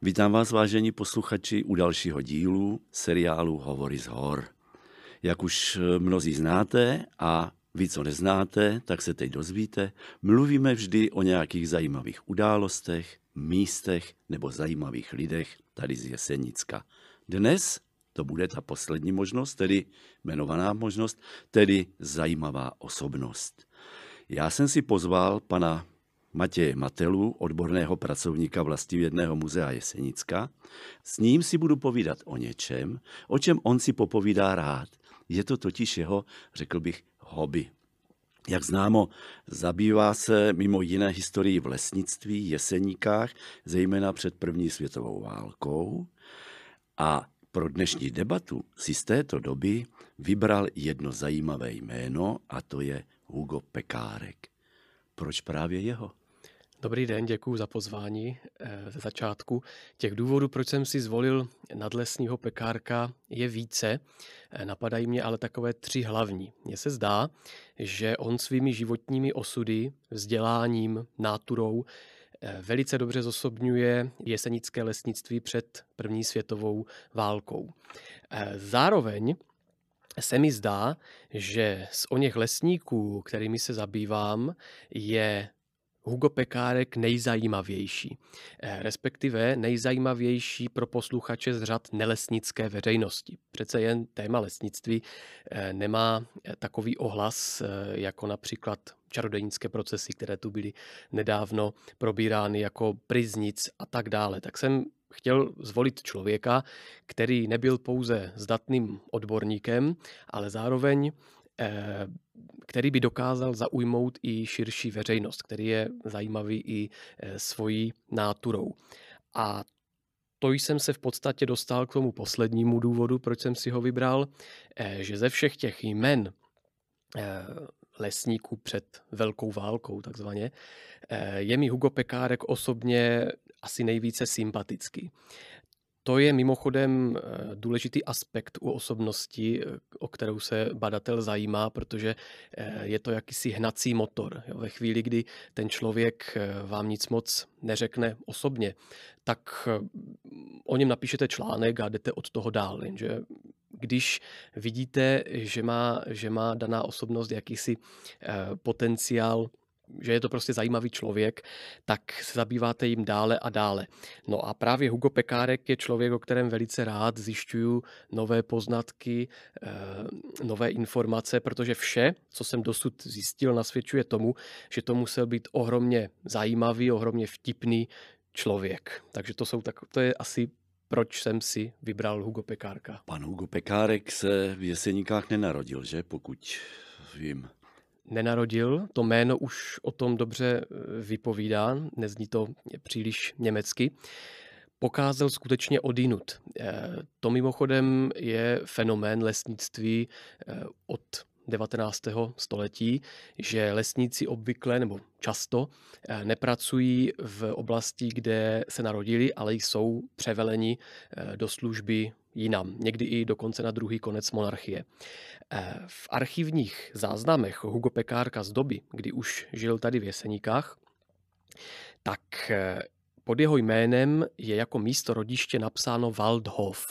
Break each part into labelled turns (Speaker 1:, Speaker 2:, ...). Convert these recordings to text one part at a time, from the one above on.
Speaker 1: Vítám vás, vážení posluchači, u dalšího dílu seriálu Hovory z hor. Jak už mnozí znáte a vy, co neznáte, tak se teď dozvíte, mluvíme vždy o nějakých zajímavých událostech, místech nebo zajímavých lidech tady z Jesenicka. Dnes to bude ta poslední možnost, tedy jmenovaná možnost, tedy zajímavá osobnost. Já jsem si pozval pana Matěje Matelu, odborného pracovníka Vlastivědného muzea Jesenicka. S ním si budu povídat o čem on si popovídá rád. Je to totiž jeho, řekl bych, hobby. Jak známo, zabývá se mimo jiné historií v lesnictví, Jeseníkách, zejména před první světovou válkou. A pro dnešní debatu si z této doby vybral jedno zajímavé jméno, a to je Hugo Pekárek. Proč právě jeho?
Speaker 2: Dobrý den, děkuji za pozvání ze začátku. Těch důvodů, proč jsem si zvolil nadlesního Pekárka, je více. Napadají mě ale takové 3 hlavní. Mně se zdá, že on svými životními osudy, vzděláním, náturou velice dobře zosobňuje jesenické lesnictví před první světovou válkou. Zároveň se mi zdá, že z oněch lesníků, kterými se zabývám, je Hugo Pekárek nejzajímavější, respektive nejzajímavější pro posluchače z řad nelesnické veřejnosti. Přece jen téma lesnictví nemá takový ohlas, jako například čarodějnické procesy, které tu byly nedávno probírány jako Pryznic a tak dále. Tak jsem chtěl zvolit člověka, který nebyl pouze zdatným odborníkem, ale zároveň který by dokázal zaujmout i širší veřejnost, který je zajímavý i svojí náturou. A to jsem se v podstatě dostal k tomu poslednímu důvodu, proč jsem si ho vybral, že ze všech těch jmen lesníků před velkou válkou takzvaně, je mi Hugo Pekárek osobně asi nejvíce sympatický. To je mimochodem důležitý aspekt u osobnosti, o kterou se badatel zajímá, protože je to jakýsi hnací motor. Ve chvíli, kdy ten člověk vám nic moc neřekne osobně, tak o něm napíšete článek a jdete od toho dál. Jenže když vidíte, že má daná osobnost jakýsi potenciál, že je to prostě zajímavý člověk, tak se zabýváte jim dále a dále. No a právě Hugo Pekárek je člověk, o kterém velice rád zjišťuju nové poznatky, nové informace, protože vše, co jsem dosud zjistil, nasvědčuje tomu, že to musel být ohromně zajímavý, ohromně vtipný člověk. Takže to je asi proč jsem si vybral Hugo Pekárka.
Speaker 1: Pan Hugo Pekárek se v Jeseníkách nenarodil, že? Pokud vím.
Speaker 2: Nenarodil, to jméno už o tom dobře vypovídá, nezní to příliš německy. Pocházel skutečně odinut. To mimochodem je fenomén lesnictví od 19. století, že lesníci obvykle nebo často nepracují v oblasti, kde se narodili, ale jsou převeleni do služby jinam, někdy i dokonce na druhý konec monarchie. V archivních záznamech Hugo Pekárka z doby, kdy už žil tady v Jeseníkách, tak pod jeho jménem je jako místo rodiště napsáno Waldhof.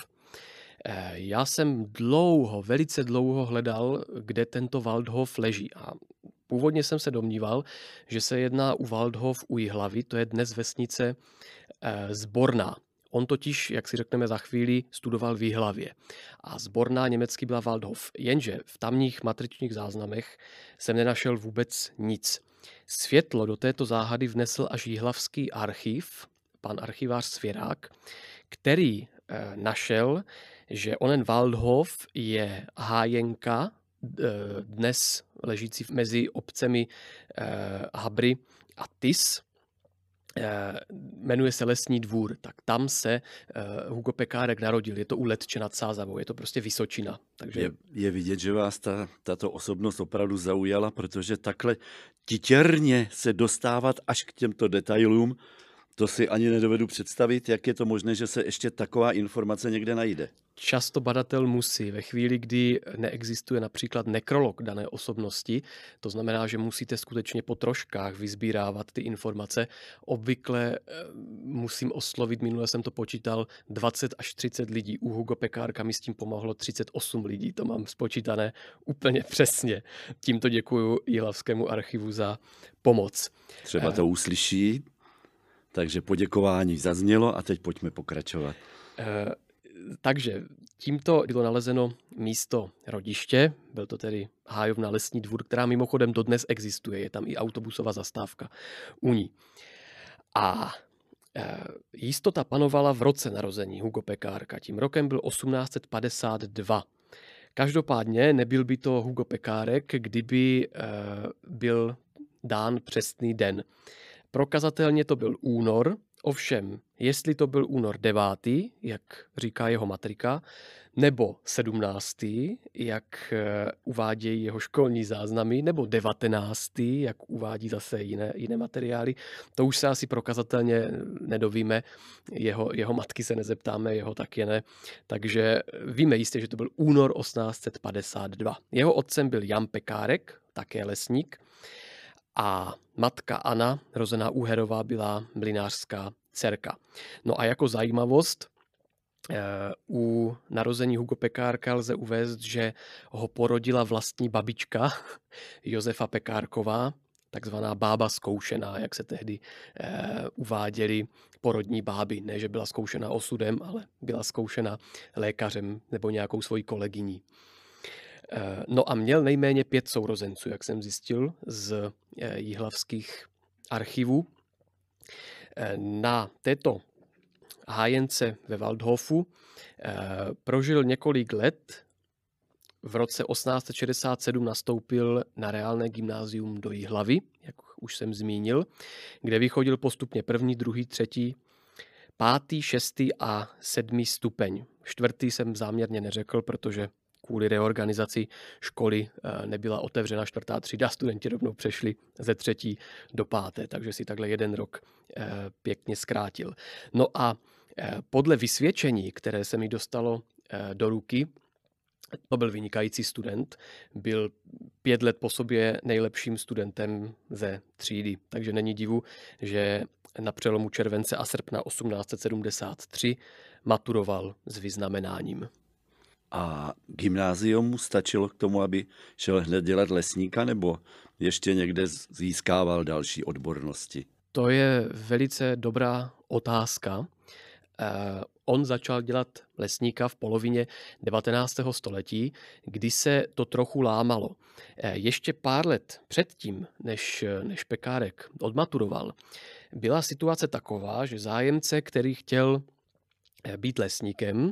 Speaker 2: Já jsem velice dlouho hledal, kde tento Waldhof leží. A původně jsem se domníval, že se jedná u Waldhof u Jihlavy, to je dnes vesnice Zborná. On totiž, jak si řekneme za chvíli, studoval v Jihlavě. A Zborná německy byla Waldhof. Jenže v tamních matričních záznamech jsem nenašel vůbec nic. Světlo do této záhady vnesl až jihlavský archiv, pan archivář Svěrák, který našel, že onen Waldhof je hájenka, dnes ležící mezi obcemi Habry a Tis, jmenuje se Lesní dvůr, tak tam se Hugo Pekárek narodil. Je to u Letče nad Sázavou, je to prostě Vysočina. Takže
Speaker 1: Je vidět, že vás tato osobnost opravdu zaujala, protože takhle titěrně se dostávat až k těmto detailům, To si ani nedovedu představit, jak je to možné, že se ještě taková informace někde najde.
Speaker 2: Často badatel musí ve chvíli, kdy neexistuje například nekrolog dané osobnosti, to znamená, že musíte skutečně po troškách vyzbírávat ty informace. Obvykle musím oslovit, minule jsem to počítal, 20 až 30 lidí. U Hugo Pekárka mi s tím pomohlo 38 lidí, to mám spočítané úplně přesně. Tímto děkuju Jihlavskému archivu za pomoc.
Speaker 1: Třeba to uslyší, takže poděkování zaznělo a teď pojďme pokračovat.
Speaker 2: Takže tímto bylo nalezeno místo rodiště, byl to tedy Hájovna Lesní dvůr, která mimochodem dodnes existuje, je tam i autobusová zastávka u ní. A jistota panovala v roce narození Hugo Pekárka, tím rokem byl 1852. Každopádně nebyl by to Hugo Pekárek, kdyby byl dán přesný den. Prokazatelně to byl únor, ovšem, jestli to byl únor 9., jak říká jeho matrika, nebo 17., jak uvádějí jeho školní záznamy, nebo 19., jak uvádí zase jiné materiály, to už se asi prokazatelně nedovíme, jeho matky se nezeptáme, jeho taky ne, takže víme jistě, že to byl únor 1852. Jeho otcem byl Jan Pekárek, také lesník, a matka Anna, rozená Úherová, byla mlynářská dcerka. No a jako zajímavost, u narození Hugo Pekárka lze uvést, že ho porodila vlastní babička Josefa Pekárková, takzvaná bába zkoušená, jak se tehdy uváděly porodní báby. Ne, že byla zkoušena osudem, ale byla zkoušena lékařem nebo nějakou svojí kolegyní. No a měl nejméně 5 sourozenců, jak jsem zjistil z jihlavských archivů. Na této hájence ve Waldhofu prožil několik let. V roce 1867 nastoupil na reálné gymnázium do Jihlavy, jak už jsem zmínil, kde vychodil postupně 1., 2., 3., 5., 6. a 7. stupeň. 4. jsem záměrně neřekl, protože kvůli reorganizaci školy nebyla otevřena 4. třída, studenti rovnou přešli ze 3. do 5., takže si takhle 1 rok pěkně zkrátil. No a podle vysvědčení, které se mi dostalo do ruky, to byl vynikající student, byl 5 let po sobě nejlepším studentem ze třídy, takže není divu, že na přelomu července a srpna 1873 maturoval s vyznamenáním.
Speaker 1: A gymnázium mu stačilo k tomu, aby šel hned dělat lesníka, nebo ještě někde získával další odbornosti?
Speaker 2: To je velice dobrá otázka. On začal dělat lesníka v polovině 19. století, kdy se to trochu lámalo. Ještě pár let předtím, než Pekárek odmaturoval, byla situace taková, že zájemce, který chtěl být lesníkem,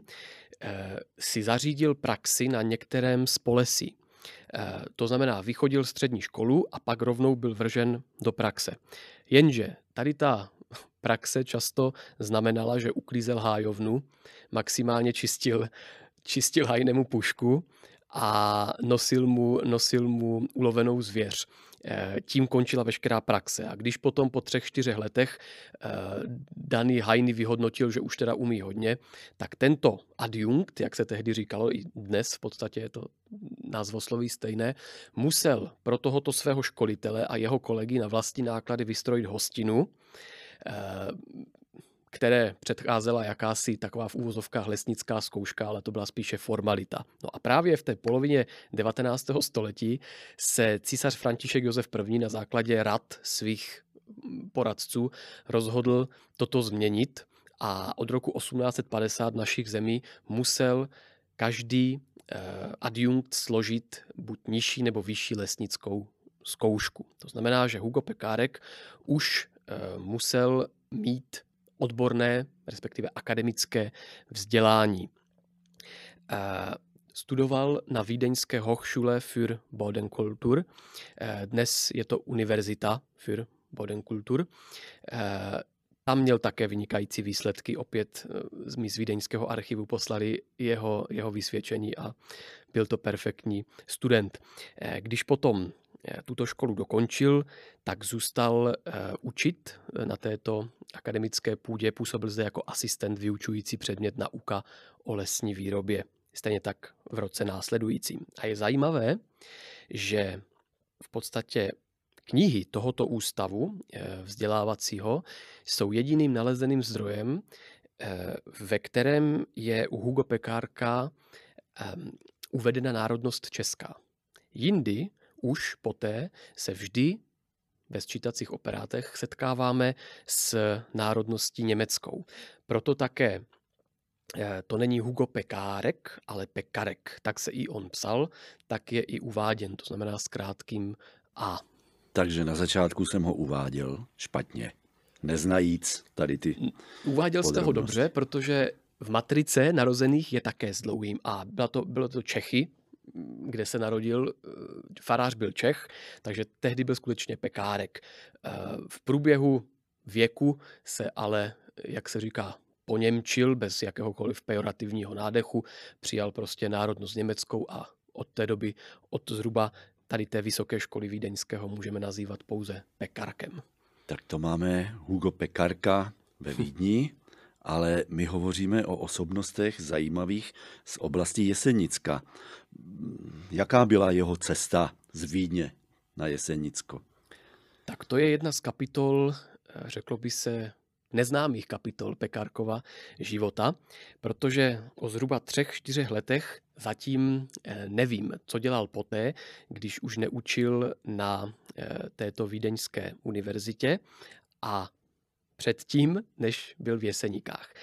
Speaker 2: si zařídil praxi na některém z polesí. To znamená, vychodil střední školu a pak rovnou byl vržen do praxe. Jenže tady ta praxe často znamenala, že uklízel hájovnu, maximálně čistil hajnému pušku a nosil mu ulovenou zvěř. Tím končila veškerá praxe. A když potom po 3-4 letech daný hajný vyhodnotil, že už teda umí hodně, tak tento adjunkt, jak se tehdy říkalo, i dnes v podstatě je to názvosloví stejné, musel pro tohoto svého školitele a jeho kolegy na vlastní náklady vystrojit hostinu, které předcházela jakási taková v úvozovkách lesnická zkouška, ale to byla spíše formalita. No a právě v té polovině 19. století se císař František Josef I. na základě rad svých poradců rozhodl toto změnit a od roku 1850 našich zemí musel každý adjunkt složit buď nižší nebo vyšší lesnickou zkoušku. To znamená, že Hugo Pekárek už musel mít odborné, respektive akademické vzdělání. Studoval na vídeňské Hochschule für Bodenkultur. Dnes je to Univerzita für Bodenkultur. Tam měl také vynikající výsledky. Opět mi z vídeňského archivu poslali jeho vysvědčení a byl to perfektní student. Když potom tuto školu dokončil, tak zůstal učit na této akademické půdě, působil zde jako asistent vyučující předmět nauka o lesní výrobě. Stejně tak v roce následujícím. A je zajímavé, že v podstatě knihy tohoto ústavu vzdělávacího jsou jediným nalezeným zdrojem, ve kterém je u Hugo Pekárka uvedena národnost česká. Jindy už poté se vždy ve sčítacích operátech setkáváme s národností německou. Proto také to není Hugo Pekárek, ale Pekarek. Tak se i on psal, tak je i uváděn, to znamená s krátkým A.
Speaker 1: Takže na začátku jsem ho uváděl špatně, neznajíc tady ty
Speaker 2: Uváděl jste ho
Speaker 1: podrobnosti.
Speaker 2: dobře, protože v matrice narozených je také s dlouhým A. Bylo to Čechy, kde se narodil, farář byl Čech, takže tehdy byl skutečně Pekárek. V průběhu věku se ale, jak se říká, poněmčil bez jakéhokoliv pejorativního nádechu, přijal prostě národnost německou a od té doby, od zhruba tady té vysoké školy vídeňského můžeme nazývat pouze Pekarkem.
Speaker 1: Tak to máme Hugo Pekarka ve Vídni, ale my hovoříme o osobnostech zajímavých z oblasti Jesenicka. Jaká byla jeho cesta z Vídně na Jesenicko?
Speaker 2: Tak to je jedna z kapitol, řeklo by se, neznámých kapitol Pekárkova života, protože o zhruba 3-4 letech zatím nevím, co dělal poté, když už neučil na této vídeňské univerzitě a předtím, než byl v Jeseníkách.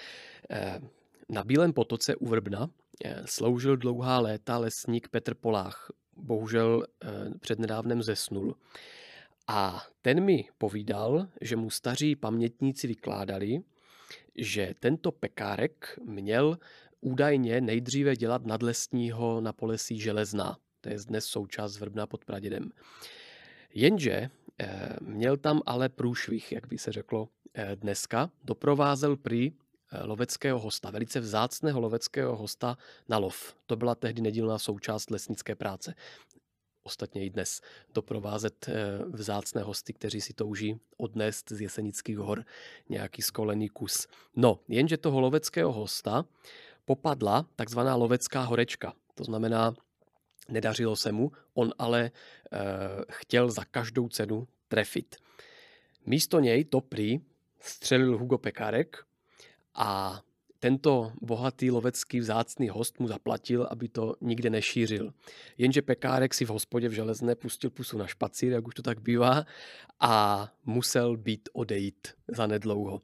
Speaker 2: Na Bílém potoce u Vrbna sloužil dlouhá léta lesník Petr Polách. Bohužel přednedávnem zesnul. A ten mi povídal, že mu staří pamětníci vykládali, že tento Pekárek měl údajně nejdříve dělat nadlesního na Polesí Železná. To je dnes součást Vrbna pod Pradědem. Jenže měl tam ale průšvih, jak by se řeklo dneska. Doprovázel prý loveckého hosta, velice vzácného loveckého hosta na lov. To byla tehdy nedílná součást lesnické práce. Ostatně i dnes doprovázet vzácné hosty, kteří si touží odnést z Jesenických hor nějaký skolený kus. No, jenže toho loveckého hosta popadla takzvaná lovecká horečka. To znamená, nedařilo se mu, on ale chtěl za každou cenu trefit. Místo něj to prý střelil Hugo Pekárek a tento bohatý lovecký vzácný host mu zaplatil, aby to nikde nešířil. Jenže Pekárek si v hospodě v Železné pustil pusu na špacír, jak už to tak bývá, a musel být odejít zanedlouho.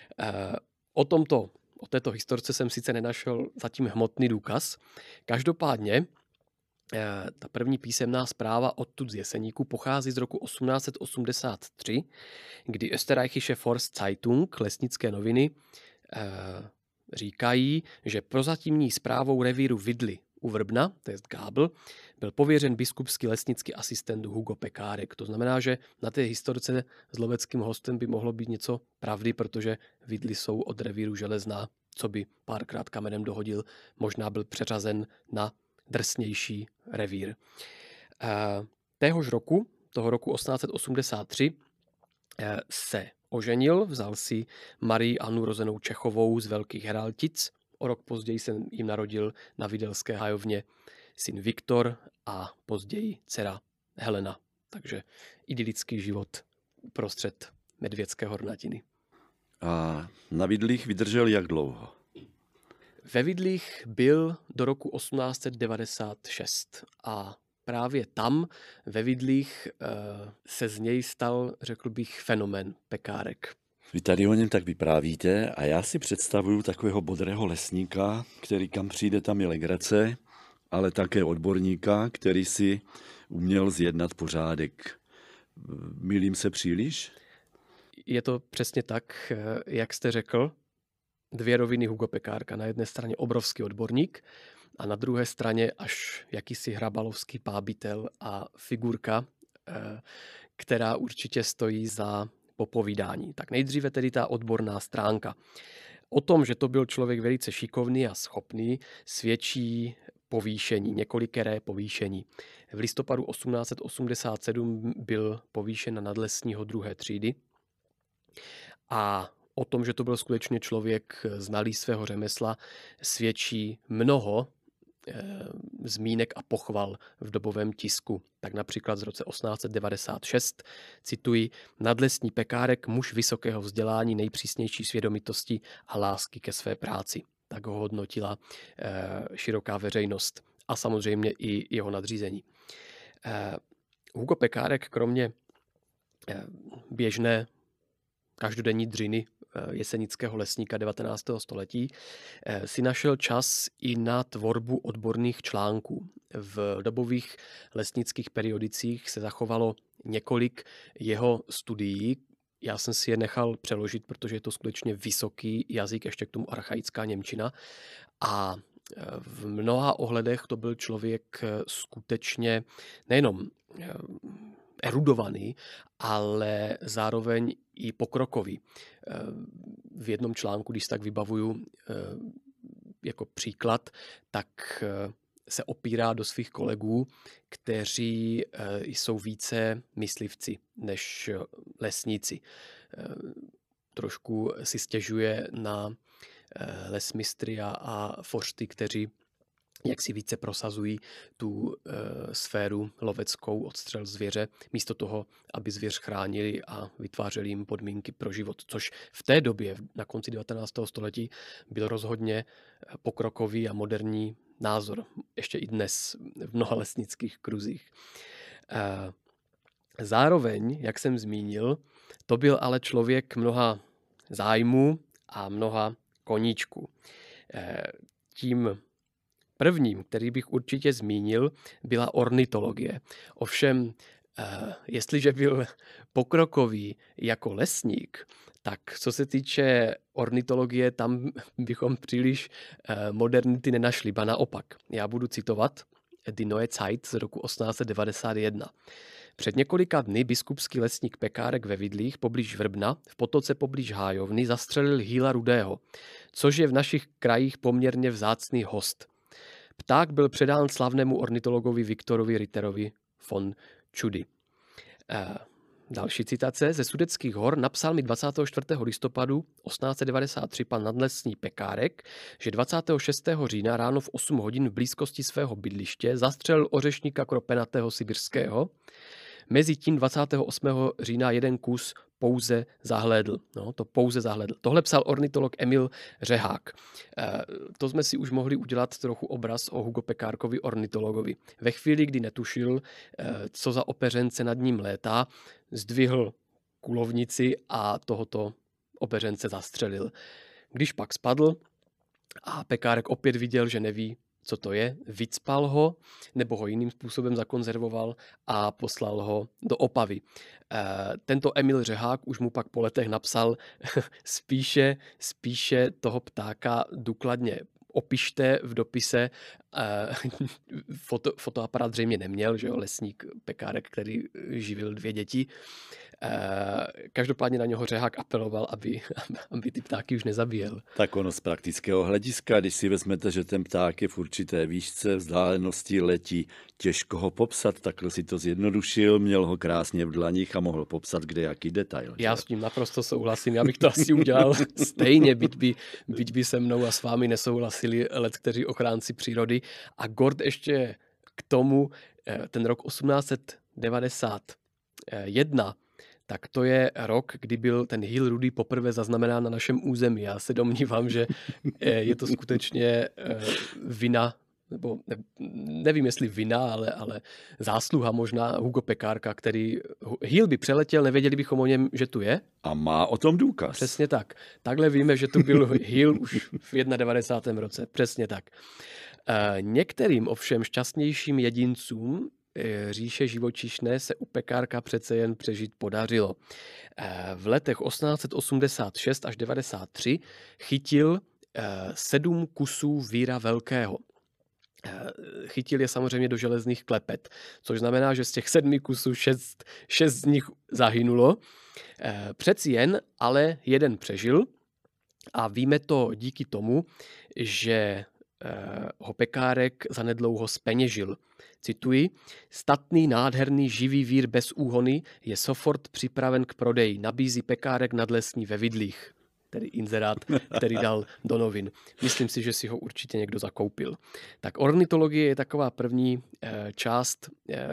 Speaker 2: O této historce jsem sice nenašel zatím hmotný důkaz. Každopádně ta první písemná zpráva odtud z Jeseníku pochází z roku 1883, kdy Österreichische Forstzeitung, lesnické noviny, říkají, že prozatímní správou revíru Vidly u Vrbna, to je Gábl, byl pověřen biskupský lesnický asistent Hugo Pekárek. To znamená, že na té historce s loveckým hostem by mohlo být něco pravdy, protože Vidly jsou od revíru Železná, co by párkrát kamenem dohodil, možná byl přeřazen na drsnější revír. Téhož roku, toho roku 1883, se oženil, vzal si Marii Annu rozenou Čechovou z Velkých Heraltic. O rok později se jim narodil na Videlské hajovně syn Viktor a později dcera Helena. Takže idylický život uprostřed Medvědské hornatiny.
Speaker 1: A na Vidlích vydržel jak dlouho?
Speaker 2: Ve Vidlích byl do roku 1896 a právě tam ve Vidlích se z něj stal, řekl bych, fenomén Pekárek.
Speaker 1: Vy tady o něm tak vyprávíte a já si představuju takového bodrého lesníka, který kam přijde, tam je legrace, ale také odborníka, který si uměl zjednat pořádek. Mýlím se příliš?
Speaker 2: Je to přesně tak, jak jste řekl. Dvě roviny Hugo Pekárka. Na jedné straně obrovský odborník a na druhé straně až jakýsi hrabalovský pábitel a figurka, která určitě stojí za popovídání. Tak nejdříve tedy ta odborná stránka. O tom, že to byl člověk velice šikovný a schopný, svědčí povýšení, několikeré povýšení. V listopadu 1887 byl povýšen na nadlesního 2. třídy a o tom, že to byl skutečně člověk znalý svého řemesla, svědčí mnoho zmínek a pochval v dobovém tisku. Tak například z roce 1896, cituji, nadlesní pekárek, muž vysokého vzdělání, nejpřísnější svědomitosti a lásky ke své práci. Tak ho hodnotila široká veřejnost a samozřejmě i jeho nadřízení. Hugo Pekárek kromě běžné každodenní dřiny jesenického lesníka 19. století si našel čas i na tvorbu odborných článků. V dobových lesnických periodicích se zachovalo několik jeho studií. Já jsem si je nechal přeložit, protože je to skutečně vysoký jazyk, ještě k tomu archaická němčina. A v mnoha ohledech to byl člověk skutečně nejenom erudovaný, ale zároveň i pokrokový. V jednom článku, když tak vybavuju jako příklad, tak se opírá do svých kolegů, kteří jsou více myslivci než lesníci. Trošku si stěžuje na lesmistry a fořty, kteří jak si více prosazují tu sféru loveckou, odstřel zvěře, místo toho, aby zvěř chránili a vytvářeli jim podmínky pro život, což v té době, na konci 19. století, byl rozhodně pokrokový a moderní názor, ještě i dnes v mnoha lesnických kruzích. Zároveň, jak jsem zmínil, to byl ale člověk mnoha zájmů a mnoha koníčků. Tím prvním, který bych určitě zmínil, byla ornitologie. Ovšem, jestliže byl pokrokový jako lesník, tak co se týče ornitologie, tam bychom příliš modernity nenašli, ba naopak. Já budu citovat Die Neue Zeit z roku 1891. Před několika dny biskupský lesník Pekárek ve Vidlích poblíž Vrbna, v potoce poblíž Hájovny, zastřelil hýla rudého, což je v našich krajích poměrně vzácný host. Pták byl předán slavnému ornitologovi Viktorovi Ritterovi von Tschudi. Další citace. Ze Sudeckých hor napsal mi 24. listopadu 1893 pan nadlesní Pekárek, že 26. října ráno v 8 hodin v blízkosti svého bydliště zastřelil ořešníka kropenatého sibirského. Mezitím 28. října jeden kus pouze zahlédl. No, to pouze zahlédl. Tohle psal ornitolog Emil Řehák. To jsme si už mohli udělat trochu obraz o Hugo Pekárkovi ornitologovi. Ve chvíli, kdy netušil, co za opeřence nad ním létá, zdvihl kulovnici a tohoto opeřence zastřelil. Když pak spadl a Pekárek opět viděl, že neví, co to je, vycpal ho, nebo ho jiným způsobem zakonzervoval a poslal ho do Opavy. Tento Emil Řehák už mu pak po letech napsal spíše toho ptáka důkladně opište v dopise. Fotoaparát zřejmě neměl, že jo, lesník Pekárek, který živil 2 děti. Každopádně na něho Řehák apeloval, aby ty ptáky už nezabíjel.
Speaker 1: Tak ono z praktického hlediska, když si vezmete, že ten pták je v určité výšce, vzdálenosti letí, těžko ho popsat, takhle si to zjednodušil, měl ho krásně v dlaních a mohl popsat kde jaký detail.
Speaker 2: Já s tím naprosto souhlasím, já bych to asi udělal stejně, byť by se mnou a s vámi nesouhlasili kteří ochránci přírody. A Gord ještě k tomu, ten rok 1891, tak to je rok, kdy byl ten hýl rudý poprvé zaznamenán na našem území. Já se domnívám, že je to skutečně vina, nebo nevím, jestli vina, ale zásluha možná Hugo Pekárka, který hýl by přeletěl, nevěděli bychom o něm, že tu je.
Speaker 1: A má o tom důkaz.
Speaker 2: Přesně tak. Takhle víme, že tu byl hýl už v 91. roce. Přesně tak. Některým ovšem šťastnějším jedincům říše živočišné se u Pekárka přece jen přežít podařilo. V letech 1886 až 93 chytil 7 kusů víra velkého. Chytil je samozřejmě do železných klepet, což znamená, že z těch 7 kusů 6 z nich zahynulo. Přeci jen, ale jeden přežil a víme to díky tomu, že ho Pekárek zanedlouho zpeněžil. Cituji, statný, nádherný, živý vír bez úhony je sofort připraven k prodeji. Nabízí Pekárek nadlesní ve Vidlích. Tedy inzerát, který dal do novin. Myslím si, že si ho určitě někdo zakoupil. Tak ornitologie je taková první část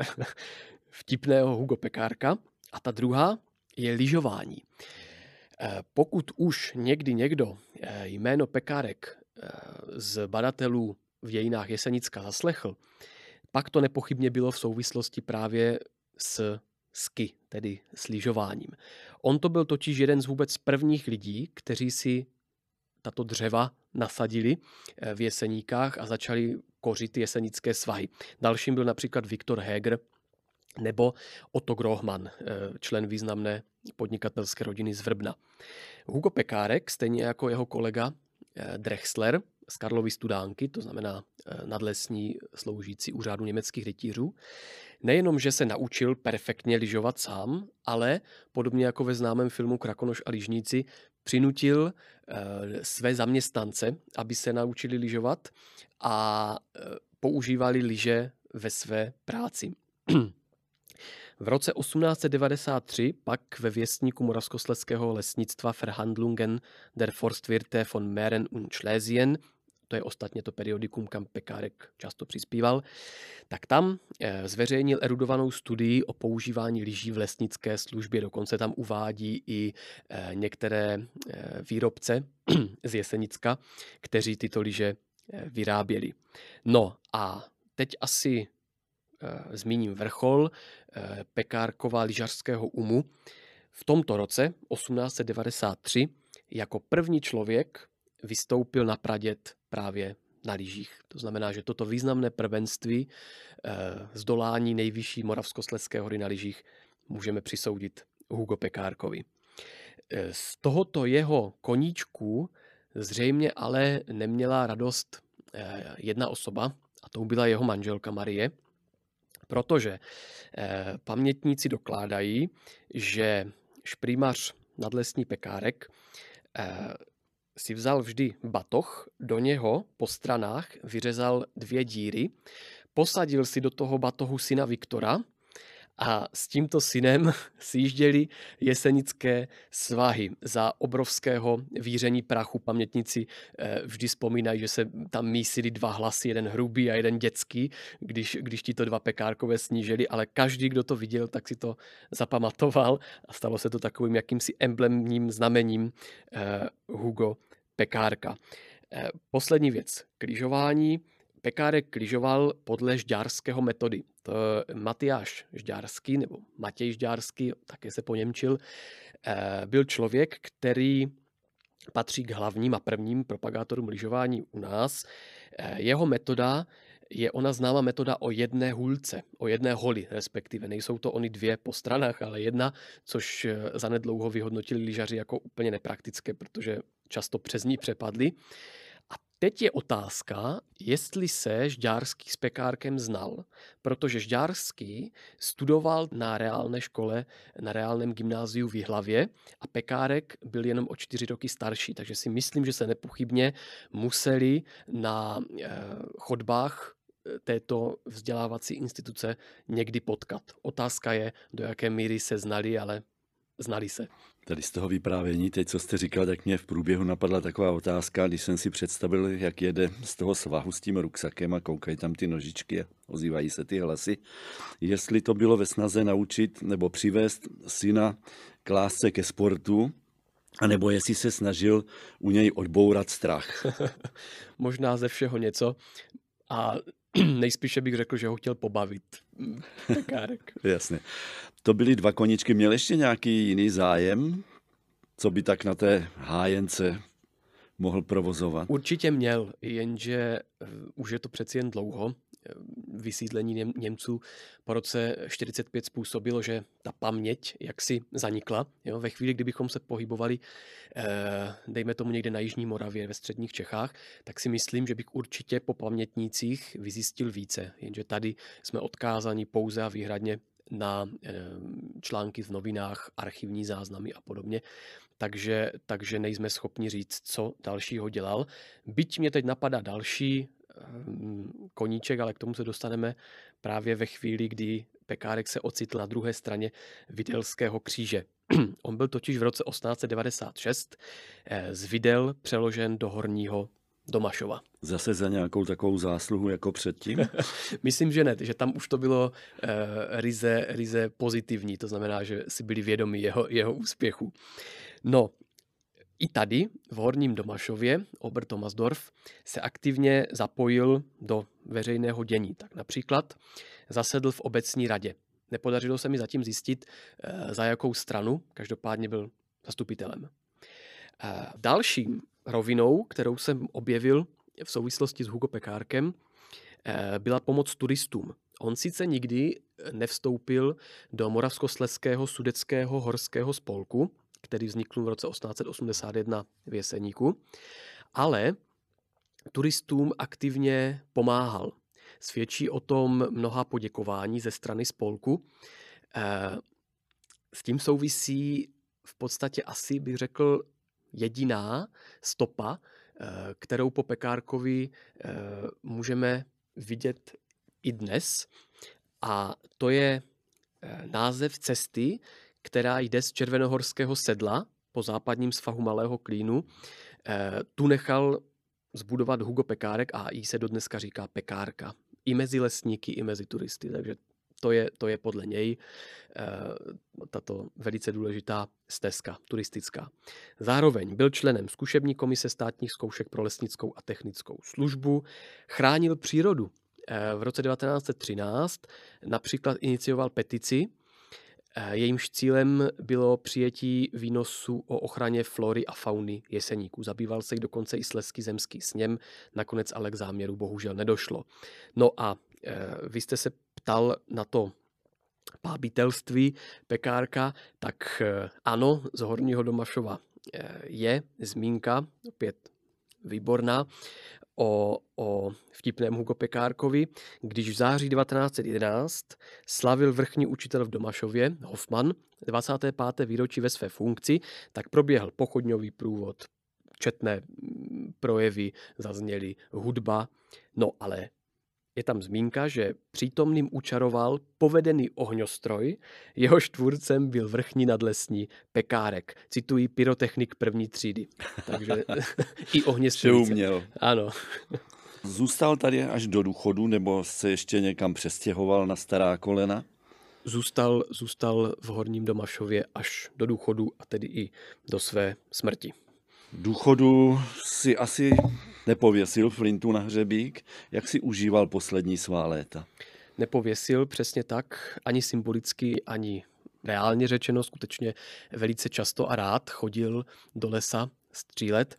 Speaker 2: vtipného Hugo Pekárka a ta druhá je lyžování. Pokud už někdy někdo jméno Pekárek z badatelů v dějinách Jesenicka zaslechl, pak to nepochybně bylo v souvislosti právě s ski, tedy s lyžováním. On to byl totiž jeden z vůbec prvních lidí, kteří si tato dřeva nasadili v Jeseníkách a začali kořit jesenické svahy. Dalším byl například Viktor Heger nebo Otto Grohmann, člen významné podnikatelské rodiny z Vrbna. Hugo Pekárek, stejně jako jeho kolega Drechsler z Karlovy Studánky, to znamená nadlesní sloužící úřadu německých rytířů, nejenom, že se naučil perfektně lyžovat sám, ale podobně jako ve známém filmu Krakonoš a lyžníci přinutil své zaměstnance, aby se naučili lyžovat a používali lyže ve své práci. V roce 1893 pak ve věstníku Moravskoslezského lesnictva Verhandlungen der Forstwirte von Mähren und Schlesien, to je ostatně to periodikum, kam Pekárek často přispíval, tak tam zveřejnil erudovanou studii o používání lyží v lesnické službě. Dokonce tam uvádí i některé výrobce z Jesenicka, kteří tyto lyže vyráběli. No a teď asi zmíním vrchol Pekárkova lyžařského umu. V tomto roce 1893 jako první člověk vystoupil na praděd právě na lyžích. To znamená, že toto významné prvenství zdolání nejvyšší Moravskoslezské hory na lyžích můžeme přisoudit Hugo Pekárkovi. Z tohoto jeho koníčku zřejmě ale neměla radost jedna osoba, a to byla jeho manželka Marie, protože pamětníci dokládají, že šprýmař nadlesní Pekárek si vzal vždy batoh, do něho po stranách vyřezal 2 díry, posadil si do toho batohu syna Viktora a s tímto synem sjížděli jesenické svahy za obrovského víření prachu. Pamětníci vždy vzpomínají, že se tam mísili 2 hlasy, jeden hrubý a jeden dětský, když tito 2 Pekárkové snížili, ale každý, kdo to viděl, tak si to zapamatoval a stalo se to takovým jakýmsi emblemním znamením Hugo Pekárka. Poslední věc, lyžování. Pekárek lyžoval podle žďárského metody. To Matyáš Žďárský, nebo Matěj Žďárský, také se poněmčil, byl člověk, který patří k hlavním a prvním propagátorům lyžování u nás. Jeho metoda je ona známá metoda o jedné hůlce, o jedné holi respektive. Nejsou to ony 2 po stranách, ale jedna, což zanedlouho vyhodnotili lyžaři jako úplně nepraktické, protože často přes ní přepadli. A teď je otázka, jestli se Žďárský s Pekárkem znal, protože Žďárský studoval na reálné škole, na reálném gymnáziu v Jihlavě a Pekárek byl jenom o 4 roky starší, takže si myslím, že se nepochybně museli na chodbách této vzdělávací instituce někdy potkat. Otázka je, do jaké míry se znali, ale znali se.
Speaker 1: Tady z toho vyprávění, teď co jste říkal, tak mě v průběhu napadla taková otázka, když jsem si představil, jak jede z toho svahu s tím ruksakem a koukají tam ty nožičky a ozývají se ty hlasy. Jestli to bylo ve snaze naučit nebo přivést syna k lásce ke sportu, anebo jestli se snažil u něj odbourat strach.
Speaker 2: Možná ze všeho něco a nejspíše bych řekl, že ho chtěl pobavit. Pekárek.
Speaker 1: Jasně. To byly 2 koníčky. Měl ještě nějaký jiný zájem, co by tak na té hájence mohl provozovat?
Speaker 2: Určitě měl, jenže už je to přeci jen dlouho. Vysídlení Němců po roce 1945 způsobilo, že ta paměť jaksi zanikla. Jo? Ve chvíli, kdybychom se pohybovali, dejme tomu někde na Jižní Moravě, ve středních Čechách, tak si myslím, že bych určitě po pamětnících vyzjistil více. Jenže tady jsme odkázáni pouze a výhradně na články v novinách, archivní záznamy a podobně, takže nejsme schopni říct, co dalšího dělal. Byť mě teď napadá další koníček, ale k tomu se dostaneme právě ve chvíli, kdy Pekárek se ocitl na druhé straně Videlského kříže. On byl totiž v roce 1896 z Videl přeložen do Horního Domašova.
Speaker 1: Zase za nějakou takovou zásluhu jako předtím?
Speaker 2: Myslím, že ne, že tam už to bylo ryze pozitivní, to znamená, že si byli vědomi jeho úspěchu. No, i tady v Horním Domašově Oberthomasdorf se aktivně zapojil do veřejného dění. Tak například zasedl v obecní radě. Nepodařilo se mi zatím zjistit, za jakou stranu, každopádně byl zastupitelem. Dalším rovinou, kterou jsem objevil v souvislosti s Hugo Pekárkem, byla pomoc turistům. On sice nikdy nevstoupil do Moravskoslezského sudetského horského spolku, který vznikl v roce 1881 v Jeseníku, ale turistům aktivně pomáhal. Svědčí o tom mnoha poděkování ze strany spolku. S tím souvisí v podstatě asi, bych řekl, jediná stopa, kterou po Pekárkovi můžeme vidět i dnes. A to je název cesty, která jde z Červenohorského sedla po západním svahu Malého Klínu. Tu nechal zbudovat Hugo Pekárek a jí se dodneska říká Pekárka. I mezi lesníky, i mezi turisty. Takže to je podle něj tato velice důležitá stezka turistická. Zároveň byl členem zkušební komise státních zkoušek pro lesnickou a technickou službu, chránil přírodu. V roce 1913 například inicioval petici, jejímž cílem bylo přijetí výnosu o ochraně flory a fauny Jeseníků. Zabýval se dokonce i Slezský zemský sněm, nakonec ale k záměru bohužel nedošlo. No a vy jste se ptal na to pábitelství Pekárka, tak ano, z Horního Domašova je zmínka, opět výborná, o vtipném Hugo Pekárkovi, když v září 1911 slavil vrchní učitel v Domašově, Hofmann, 25. výročí ve své funkci, tak proběhl pochodňový průvod, četné projevy, zazněly hudba, no ale je tam zmínka, že přítomným učaroval povedený ohňostroj, jehož tvůrcem byl vrchní nadlesní Pekárek. Cituji pyrotechnik první třídy. Takže i ohněstrojce.
Speaker 1: uměl.
Speaker 2: Ano.
Speaker 1: Zůstal tady až do důchodu, nebo se ještě někam přestěhoval na stará kolena?
Speaker 2: Zůstal v Horním Domašově až do důchodu a tedy i do své smrti.
Speaker 1: Důchodu si asi nepověsil flintu na hřebík. Jak si užíval poslední svá léta?
Speaker 2: Nepověsil, přesně tak, ani symbolicky, ani reálně řečeno, skutečně velice často a rád chodil do lesa střílet.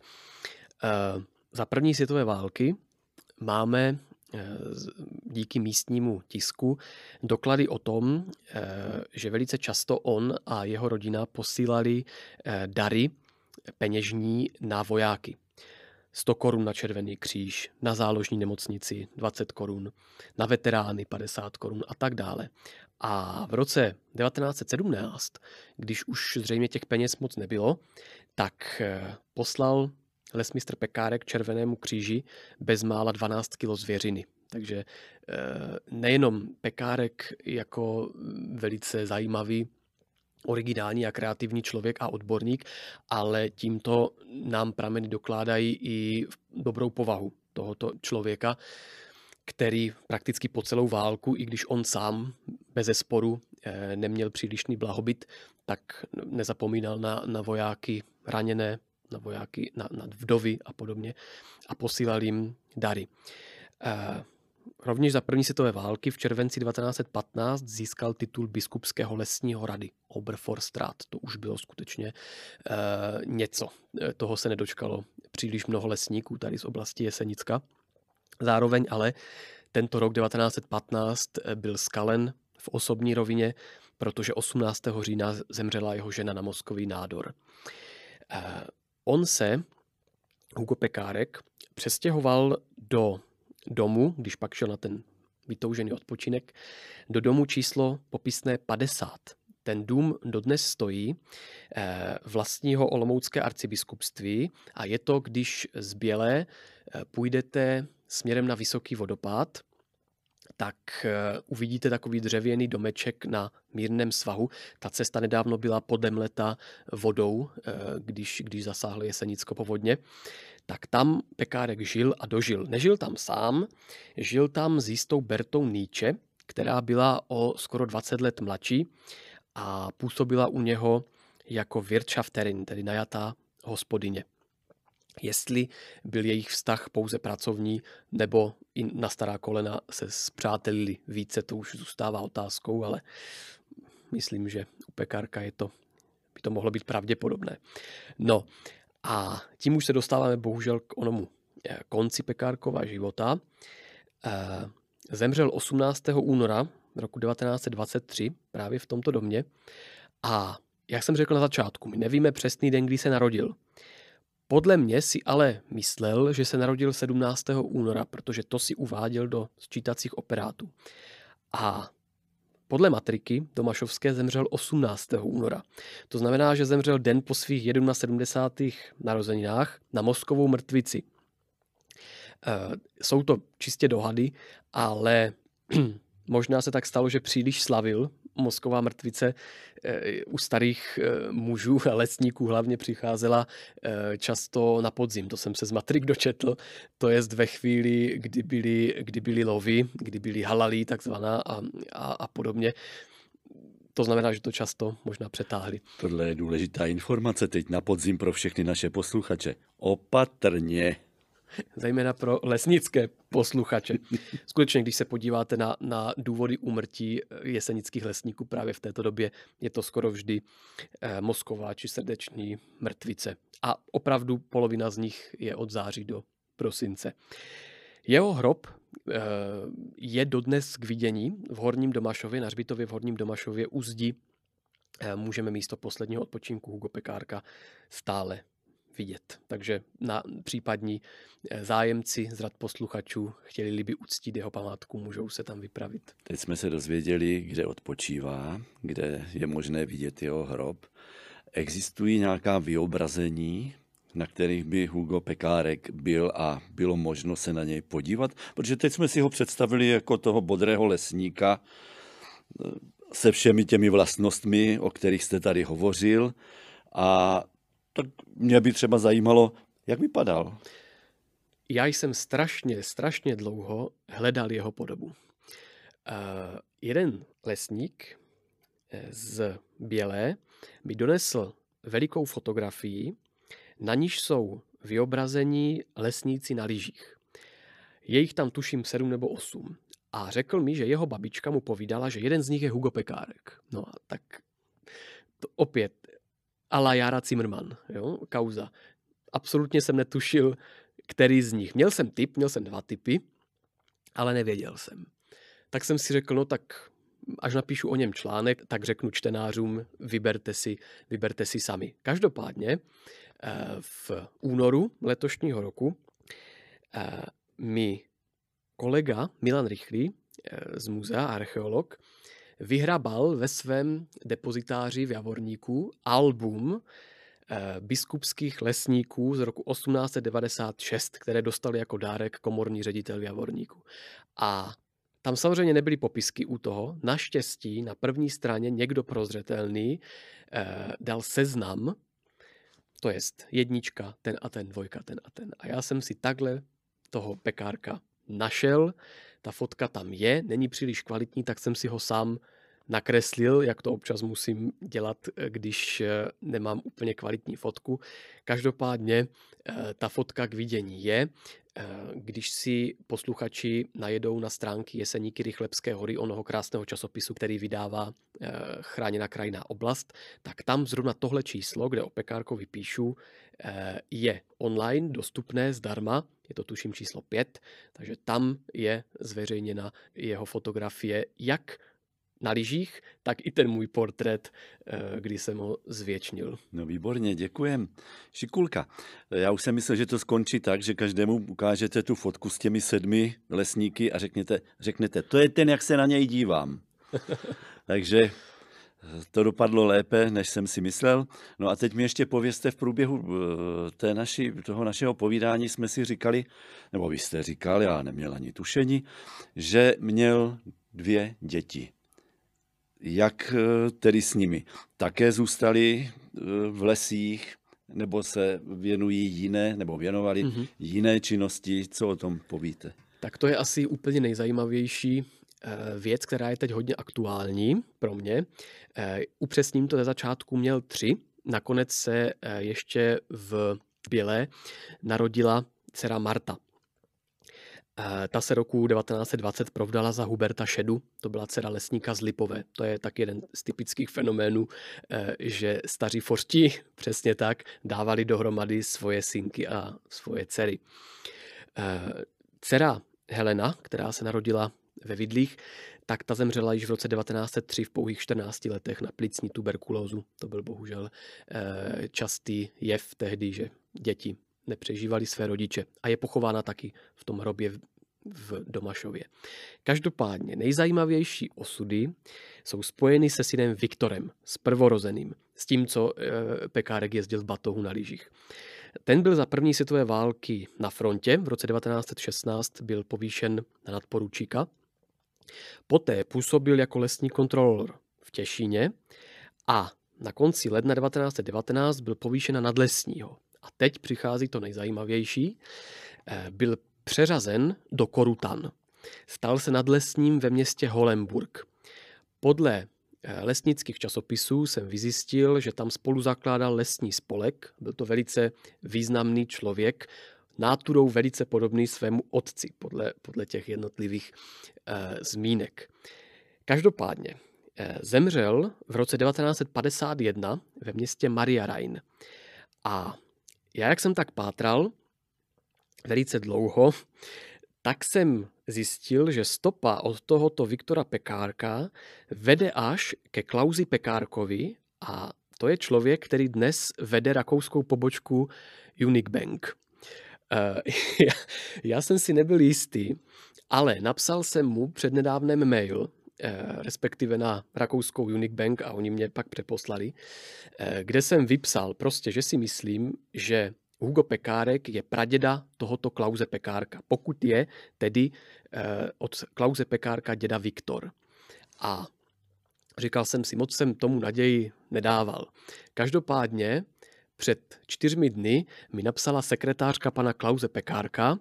Speaker 2: Za první světové války máme díky místnímu tisku doklady o tom, že velice často on a jeho rodina posílali dary peněžní na vojáky. 100 korun na Červený kříž, na záložní nemocnici 20 korun, na veterány 50 korun a tak dále. A v roce 1917, když už zřejmě těch peněz moc nebylo, tak poslal lesmistr Pekárek Červenému kříži bezmála 12 kilo zvěřiny. Takže nejenom Pekárek jako velice zajímavý, originální a kreativní člověk a odborník, ale tímto nám prameny dokládají i dobrou povahu tohoto člověka, který prakticky po celou válku, i když on sám bezesporu neměl přílišný blahobyt, tak nezapomínal na vojáky raněné, na vojáky, na vdovy a podobně a posílal jim dary. Rovněž za první světové války v červenci 1915 získal titul biskupského lesního rady Oberforstrat. To už bylo skutečně něco. Toho se nedočkalo příliš mnoho lesníků tady z oblasti Jesenicka. Zároveň ale tento rok 1915 byl skalen v osobní rovině, protože 18. října zemřela jeho žena na mozkový nádor. On se, Hugo Pekárek, přestěhoval do domu, když pak šel na ten vytoužený odpočinek, do domu číslo popisné 50. Ten dům dodnes stojí vlastního olomoucké arcibiskupství a je to, když z Bělé půjdete směrem na Vysoký vodopád, tak uvidíte takový dřevěný domeček na mírném svahu. Ta cesta nedávno byla podemleta vodou, když zasáhlo Jesenicko povodně. Tak tam Pekárek žil a dožil. Nežil tam sám, žil tam s jistou Bertou Níče, která byla o skoro 20 let mladší a působila u něho jako Wirtschafterin, tedy najatá hospodyně. Jestli byl jejich vztah pouze pracovní, nebo i na stará kolena se spřátelili více, to už zůstává otázkou, ale myslím, že u Pekárka by to mohlo být pravděpodobné. No a tím už se dostáváme bohužel k onomu konci Pekárkova života. Zemřel 18. února roku 1923 právě v tomto domě a jak jsem řekl na začátku, my nevíme přesný den, kdy se narodil. Podle mě si ale myslel, že se narodil 17. února, protože to si uváděl do sčítacích operátů. A podle matriky Domašovské zemřel 18. února. To znamená, že zemřel den po svých 71. narozeninách na mozkovou mrtvici. Jsou to čistě dohady, ale možná se tak stalo, že příliš slavil. Mozková mrtvice u starých mužů a lesníků hlavně přicházela často na podzim. To jsem se z matrik dočetl. To jest ve chvíli, kdy byly lovy, kdy byly halalí takzvaná a podobně. To znamená, že to často možná přetáhli.
Speaker 1: Tohle je důležitá informace teď na podzim pro všechny naše posluchače. Opatrně.
Speaker 2: Zejména pro lesnické posluchače. Skutečně, když se podíváte na důvody úmrtí jesenických lesníků právě v této době, je to skoro vždy mozková či srdeční mrtvice. A opravdu polovina z nich je od září do prosince. Jeho hrob je dodnes k vidění v Horním Domašově, na hřbitově v Horním Domašově u zdi. Můžeme místo posledního odpočinku Hugo Pekárka stále vidět. Takže na případní zájemci z řad posluchačů, chtěli by uctít jeho památku, můžou se tam vypravit.
Speaker 1: Teď jsme se dozvěděli, kde odpočívá, kde je možné vidět jeho hrob. Existují nějaká vyobrazení, na kterých by Hugo Pekárek byl a bylo možno se na něj podívat? Protože teď jsme si ho představili jako toho bodrého lesníka se všemi těmi vlastnostmi, o kterých jste tady hovořil, a tak mě by třeba zajímalo, jak vypadal.
Speaker 2: Já jsem strašně dlouho hledal jeho podobu. Jeden lesník z Bělé mi donesl velikou fotografii, na níž jsou vyobrazení lesníci na lyžích. Je jich tam tuším 7 nebo 8. A řekl mi, že jeho babička mu povídala, že jeden z nich je Hugo Pekárek. No a tak to opět a la Jára Zimmermann, jo, kauza. Absolutně jsem netušil, který z nich. Měl jsem 2 typy, ale nevěděl jsem. Tak jsem si řekl, no tak až napíšu o něm článek, tak řeknu čtenářům, vyberte si sami. Každopádně v únoru letošního roku mi kolega Milan Rychlý z muzea, archeolog, vyhrabal ve svém depozitáři v Javorníku album biskupských lesníků z roku 1896, které dostali jako dárek komorní ředitel v Javorníku. A tam samozřejmě nebyly popisky u toho. Naštěstí na první straně někdo prozřetelný dal seznam, to jest 1, ten a ten, 2, ten a ten. A já jsem si takhle toho Pekárka našel, ta fotka tam je, není příliš kvalitní, tak jsem si ho sám nakreslil, jak to občas musím dělat, když nemám úplně kvalitní fotku. Každopádně ta fotka k vidění je. Když si posluchači najedou na stránky Jeseníky Rychlebské hory, onoho krásného časopisu, který vydává Chráněná krajinná oblast, tak tam zrovna tohle číslo, kde o Pekárkovi píšu, je online, dostupné zdarma, je to tuším číslo 5, takže tam je zveřejněna jeho fotografie jak na lyžích, tak i ten můj portrét, kdy jsem ho zvětšnil.
Speaker 1: No výborně, děkujem. Šikulka, já už jsem myslel, že to skončí tak, že každému ukážete tu fotku s těmi 7 lesníky a řeknete, to je ten, jak se na něj dívám. Takže to dopadlo lépe, než jsem si myslel. No a teď mi ještě povězte, v průběhu toho našeho povídání jsme si říkali, nebo vy jste říkal, já neměl ani tušení, že měl 2 děti. Jak tedy s nimi? Také zůstali v lesích, nebo se věnují jiné, nebo věnovali jiné činnosti? Co o tom povíte?
Speaker 2: Tak to je asi úplně nejzajímavější věc, která je teď hodně aktuální pro mě. Upřesním to, ze začátku měl 3, nakonec se ještě v Bělé narodila dcera Marta. Ta se roku 1920 provdala za Huberta Šedu, to byla dcera lesníka z Lipové. To je tak jeden z typických fenoménů, že staří forští, přesně tak, dávali dohromady svoje synky a svoje dcery. Dcera Helena, která se narodila ve Vidlích, tak ta zemřela již v roce 1903 v pouhých 14 letech na plicní tuberkulózu. To byl bohužel častý jev tehdy, že děti nepřežívali své rodiče. A je pochována taky v tom hrobě v Domašově. Každopádně nejzajímavější osudy jsou spojeny se synem Viktorem, s prvorozeným, s tím, co Pekárek jezdil v batohu na lyžích. Ten byl za první světové války na frontě, v roce 1916 byl povýšen na nadporučíka. Poté působil jako lesní kontrolor v Těšíně a na konci ledna 1919 byl povýšen na nadlesního. A teď přichází to nejzajímavější. Byl přeřazen do Korutan. Stal se nadlesním ve městě Holenburg. Podle lesnických časopisů jsem vyzjistil, že tam spolu zakládal lesní spolek. Byl to velice významný člověk, náturou velice podobný svému otci, podle těch jednotlivých zmínek. Každopádně zemřel v roce 1951 ve městě Maria Rhein. A já, jak jsem tak pátral velice dlouho, tak jsem zjistil, že stopa od tohoto Viktora Pekárka vede až ke Klausi Pekárkovi a to je člověk, který dnes vede rakouskou pobočku Unique Bank. Já jsem si nebyl jistý, ale napsal jsem mu přednedávnem mail, respektive na rakouskou Unique Bank a oni mě pak přeposlali, kde jsem vypsal prostě, že si myslím, že Hugo Pekárek je praděda tohoto Klause Pekárka, pokud je tedy od Klause Pekárka děda Viktor. A říkal jsem si, moc jsem tomu naději nedával. Každopádně před 4 dny mi napsala sekretářka pana Klause Pekárka,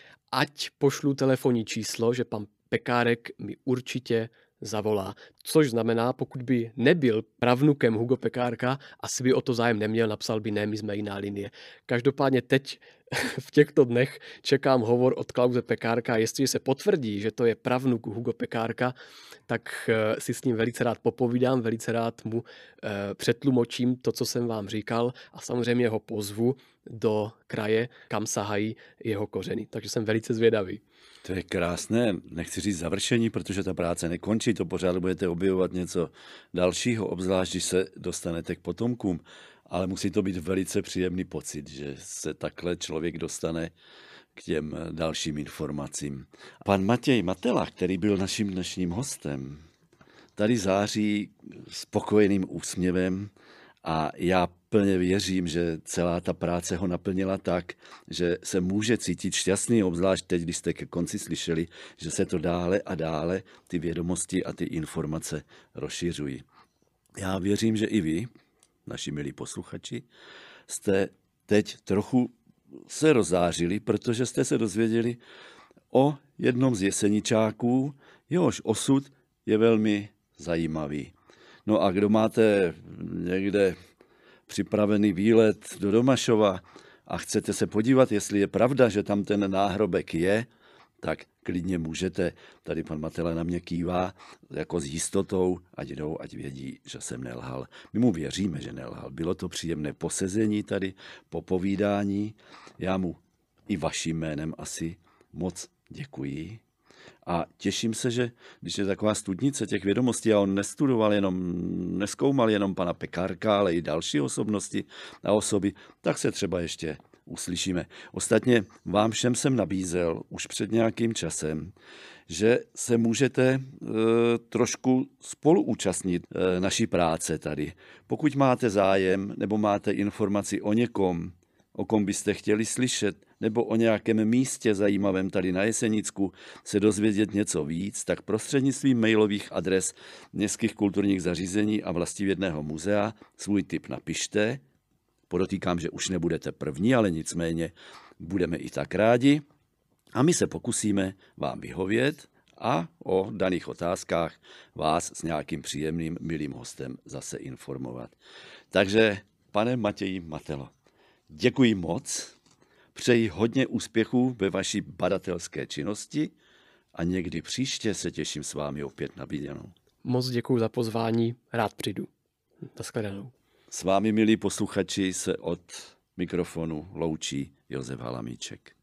Speaker 2: ať pošlu telefonní číslo, že pan Pekárek mi určitě zavolá. Což znamená, pokud by nebyl pravnukem Hugo Pekárka, asi by o to zájem neměl, napsal by ne, my jsme jiná linie. Každopádně teď v těchto dnech čekám hovor od Klause Pekárka. Jestliže se potvrdí, že to je pravnuk Hugo Pekárka, tak si s ním velice rád popovídám, velice rád mu přetlumočím to, co jsem vám říkal a samozřejmě ho pozvu do kraje, kam sahají jeho kořeny. Takže jsem velice zvědavý.
Speaker 1: To je krásné, nechci říct završení, protože ta práce nekončí, to pořád budete objevovat něco dalšího, obzvlášť, když se dostanete k potomkům, ale musí to být velice příjemný pocit, že se takhle člověk dostane k těm dalším informacím. Pan Matěj Matela, který byl naším dnešním hostem, tady září spokojeným úsměvem a já plně věřím, že celá ta práce ho naplnila tak, že se může cítit šťastný, obzvlášť teď, když jste ke konci slyšeli, že se to dále a dále ty vědomosti a ty informace rozšiřují. Já věřím, že i vy, naši milí posluchači, jste teď trochu se rozářili, protože jste se dozvěděli o jednom z jeseničáků, jehož osud je velmi zajímavý. No a kdo máte někde připravený výlet do Domašova a chcete se podívat, jestli je pravda, že tam ten náhrobek je, tak klidně můžete. Tady pan Matela na mě kývá jako s jistotou, ať jdou, ať vědí, že jsem nelhal. My mu věříme, že nelhal. Bylo to příjemné posezení tady, popovídání. Já mu i vaším jménem asi moc děkuji. A těším se, že když je taková studnice těch vědomostí a on neskoumal jenom pana Pekárka, ale i další osobnosti a osoby, tak se třeba ještě uslyšíme. Ostatně vám všem jsem nabízel už před nějakým časem, že se můžete trošku spoluúčastnit naší práce tady. Pokud máte zájem nebo máte informaci o někom, o kom byste chtěli slyšet, nebo o nějakém místě zajímavém tady na Jesenicku se dozvědět něco víc, tak prostřednictvím mailových adres městských kulturních zařízení a Vlastivědného muzea svůj tip napište. Podotýkám, že už nebudete první, ale nicméně budeme i tak rádi. A my se pokusíme vám vyhovět a o daných otázkách vás s nějakým příjemným, milým hostem zase informovat. Takže, pane Matěji Matelo, děkuji moc, přeji hodně úspěchů ve vaší badatelské činnosti a někdy příště se těším s vámi opět na viděnou.
Speaker 2: Moc děkuji za pozvání, rád přijdu. Nashledanou.
Speaker 1: S vámi, milí posluchači, se od mikrofonu loučí Josef Halamíček.